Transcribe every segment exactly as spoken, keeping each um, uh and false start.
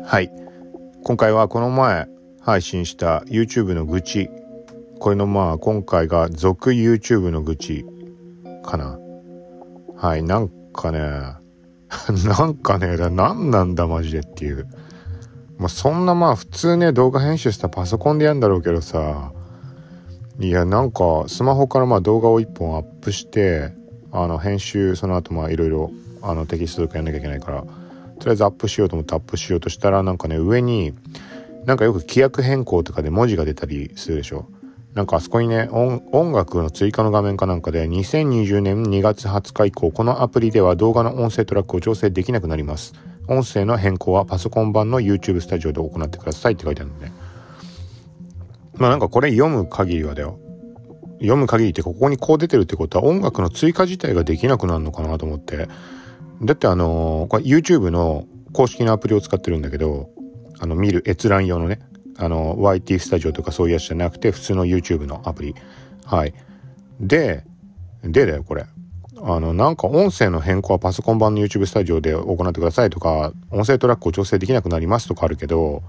はい、今回はこの前配信した YouTube の愚痴、これのまあ今回が続 YouTube の愚痴かな。はい、なんかねなんかねだなんなんだマジでっていう、まあ、そんなまあ普通ね動画編集したらパソコンでやるんだろうけどさ、いやなんかスマホからまあ動画をいっぽんアップして、あの編集その後まあいろいろあのテキストとかやんなきゃいけないから、とりあえずアップしようと思ってアップしようとしたら、なんかね上になんかよく規約変更とかで文字が出たりするでしょ。なんかあそこにね 音, 音楽の追加の画面かなんかでにせんにじゅうねんにがつはつか以降このアプリでは動画の音声トラックを調整できなくなります。音声の変更はパソコン版の YouTube スタジオで行ってくださいって書いてあるんでね。まあなんかこれ読む限りはだよ。読む限りってここにこう出てるってことは音楽の追加自体ができなくなるのかなと思って。だってあのー、これ YouTube の公式のアプリを使ってるんだけど、あの見る閲覧用のね、あの ワイティー スタジオとかそういうやつじゃなくて普通の YouTube のアプリ。はい。で、でだよこれ。あのなんか音声の変更はパソコン版の YouTube スタジオで行ってくださいとか、音声トラックを調整できなくなりますとかあるけど、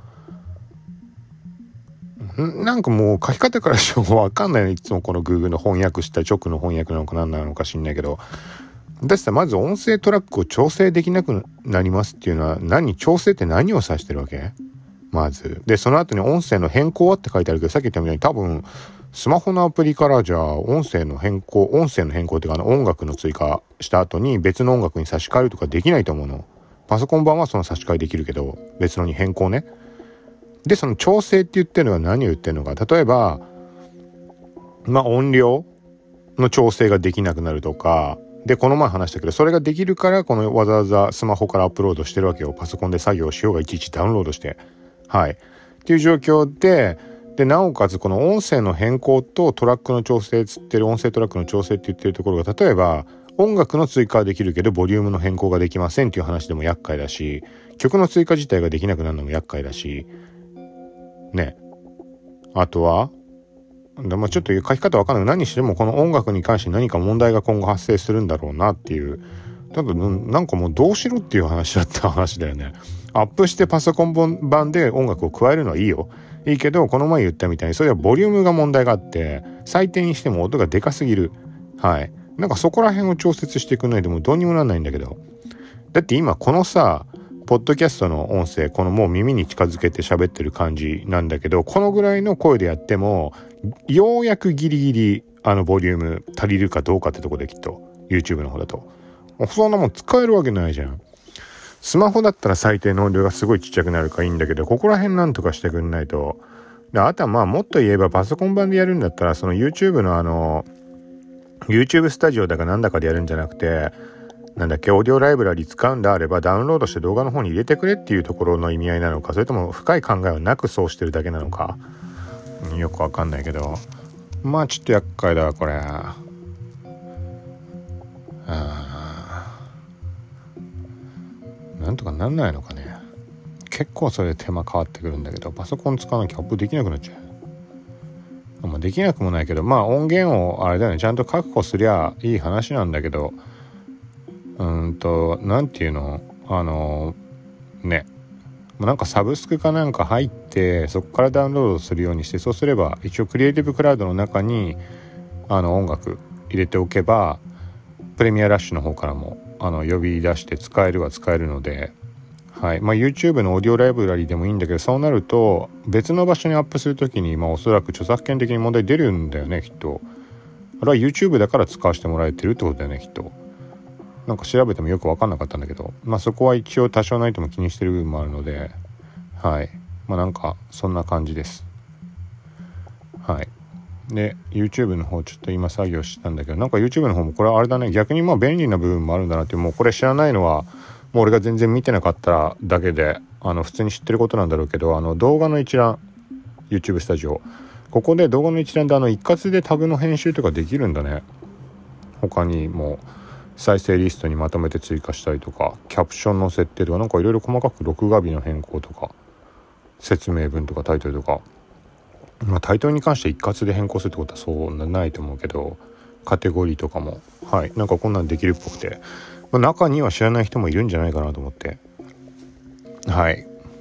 なんかもう書き方からしてもわかんないの。いつもこの Google の翻訳した直の翻訳なのか何なのか知んないけど、だってさ、まず音声トラックを調整できなくなりますっていうのは何、調整って何を指してるわけ？まずでその後に音声の変更はって書いてあるけど、さっき言ったみたいに多分スマホのアプリからじゃあ音声の変更音声の変更っていうか、あの音楽の追加した後に別の音楽に差し替えるとかできないと思うの。パソコン版はその差し替えできるけど別のに変更ね。でその調整って言ってるのは何を言ってるのか、例えばまあ音量の調整ができなくなるとかで、この前話したけどそれができるからこのわざわざスマホからアップロードしてるわけよ。パソコンで作業しようがいちいちダウンロードして、はいっていう状況で、でなおかつこの音声の変更とトラックの調整つってる音声トラックの調整って言ってるところが、例えば音楽の追加はできるけどボリュームの変更ができませんっていう話でも厄介だし、曲の追加自体ができなくなるのも厄介だしね。あとはで、まあ、ちょっと書き方わかんない。何にしてもこの音楽に関して何か問題が今後発生するんだろうなっていう。ただなんかもうどうしろっていう話だった話だよね。アップしてパソコン版で音楽を加えるのはいいよ。いいけどこの前言ったみたいにそれはボリュームが問題があって最低にしても音がでかすぎる。はい。なんかそこら辺を調節してくんないともうどうにもなんないんだけど。だって今このさポッドキャストの音声、このもう耳に近づけて喋ってる感じなんだけど、このぐらいの声でやってもようやくギリギリあのボリューム足りるかどうかってとこできっと YouTube の方だとそんなもん使えるわけないじゃん。スマホだったら最低の音量がすごいちっちゃくなるからいいんだけど、ここら辺なんとかしてくんないと。であとはまあもっと言えばパソコン版でやるんだったらその YouTube のあの YouTube スタジオだかなんだかでやるんじゃなくて、なんだっけオーディオライブラリ使うんであればダウンロードして動画の方に入れてくれっていうところの意味合いなのか、それとも深い考えはなくそうしてるだけなのか、よくわかんないけど、まあちょっと厄介だこれ。あなんとかなんないのかね。結構それで手間変わってくるんだけど、パソコン使わなきゃアップできなくなっちゃう。まあできなくもないけど、まあ音源をあれだよね、ちゃんと確保すりゃいい話なんだけど、うーんとなんていうの、あのねなんかサブスクかなんか入ってそこからダウンロードするようにして、そうすれば一応クリエイティブクラウドの中にあの音楽入れておけばプレミアラッシュの方からもあの呼び出して使えるは使えるので、はいまあ、YouTube のオーディオライブラリでもいいんだけど、そうなると別の場所にアップするときに、まあ、おそらく著作権的に問題出るんだよねきっと。あれは YouTube だから使わせてもらえてるってことだよねきっと。なんか調べてもよく分かんなかったんだけど、まあそこは一応多少ないとも気にしてる部分もあるので、はいまあなんかそんな感じです。はいで YouTube の方ちょっと今作業したんだけど、なんか YouTube の方もこれあれだね、逆にまあ便利な部分もあるんだなっていう。もうこれ知らないのはもう俺が全然見てなかっただけで、あの普通に知ってることなんだろうけど、あの動画の一覧 YouTube スタジオ、ここで動画の一覧であの一括でタグの編集とかできるんだね。他にも再生リストにまとめて追加したりとか、キャプションの設定とか、なんかいろいろ細かく録画日の変更とか説明文とかタイトルとか、まあタイトルに関して一括で変更するってことはそうないと思うけど、カテゴリーとかもはいなんかこんなんできるっぽくて、まあ、中には知らない人もいるんじゃないかなと思って、はい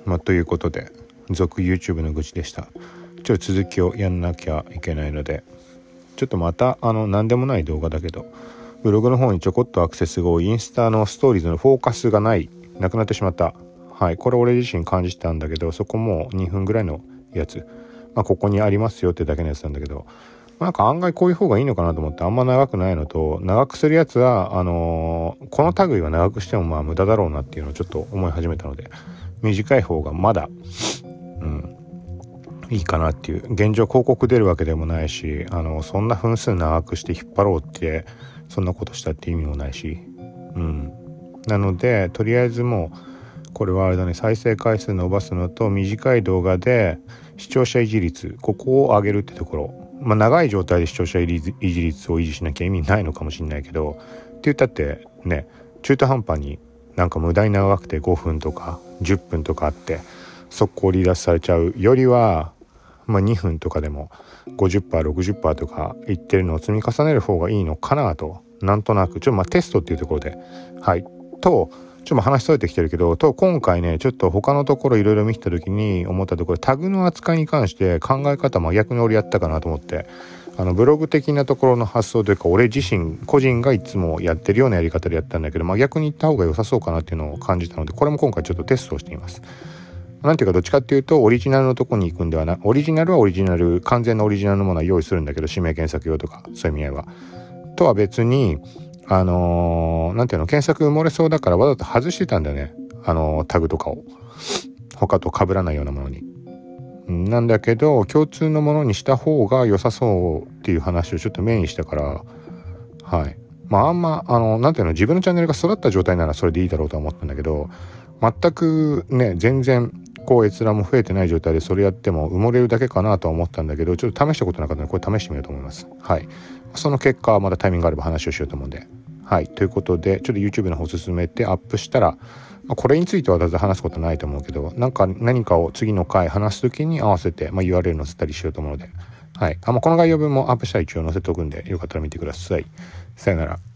まあということで続 YouTube の愚痴でした。ちょっと続きをやんなきゃいけないので、ちょっとまたあの何でもない動画だけどブログの方にちょこっとアクセスが多い、インスタのストーリーズのフォーカスがないなくなってしまった。はい、これ俺自身感じたんだけど、そこもにふんぐらいのやつ、まあ、ここにありますよってだけのやつなんだけど、なんか案外こういう方がいいのかなと思って、あんま長くないのと、長くするやつはあのー、この類は長くしてもまあ無駄だろうなっていうのをちょっと思い始めたので、短い方がまだうんいいかなっていう。現状広告出るわけでもないし、あのそんな分数長くして引っ張ろうってそんなことしたって意味もないし、うんなのでとりあえずもうこれはあれだね、再生回数伸ばすのと短い動画で視聴者維持率、ここを上げるってところ、まあ長い状態で視聴者維持率を維持しなきゃ意味ないのかもしれないけど、って言ったってね、中途半端になんか無駄に長くてごふんとかじゅっぷんとかあって速攻離脱されちゃうよりは、まあにふんとかでも ごじゅっパーセントろくじゅっパーセント とかいってるのを積み重ねる方がいいのかなと、なんとなくちょっとまあテストっていうところで、はいとちょっと話しとれてきてるけど、と今回ねちょっと他のところいろいろ見た時に思ったところ、タグの扱いに関して考え方真逆に俺やったかなと思って、あのブログ的なところの発想というか俺自身個人がいつもやってるようなやり方でやったんだけど、真逆に言った方が良さそうかなっていうのを感じたので、これも今回ちょっとテストをしています。なんていうかどっちかっていうとオリジナルのとこに行くんではな、オリジナルはオリジナル、完全なオリジナルのものは用意するんだけど、指名検索用とかそういう意味合いはとは別に、あのー、なんていうの、検索埋もれそうだからわざと外してたんだよね、あのー、タグとかを他と被らないようなものに。なんだけど共通のものにした方が良さそうっていう話をちょっと目にしたから、はい、まああんまあのなんていうの、自分のチャンネルが育った状態ならそれでいいだろうとは思ったんだけど、全くね全然こう閲覧も増えてない状態でそれやっても埋もれるだけかなとは思ったんだけど、ちょっと試したことなかったのでこれ試してみようと思います。はい、その結果はまたタイミングがあれば話をしようと思うんで、はい、ということでちょっと YouTube の方進めてアップしたら、これについてはだって話すことないと思うけど、なんか何かを次の回話すときに合わせて、まあ、ユーアールエル 載せたりしようと思うので、はい、あ、まあ、この概要文もアップしたら一応載せておくんでよかったら見てください。さよなら。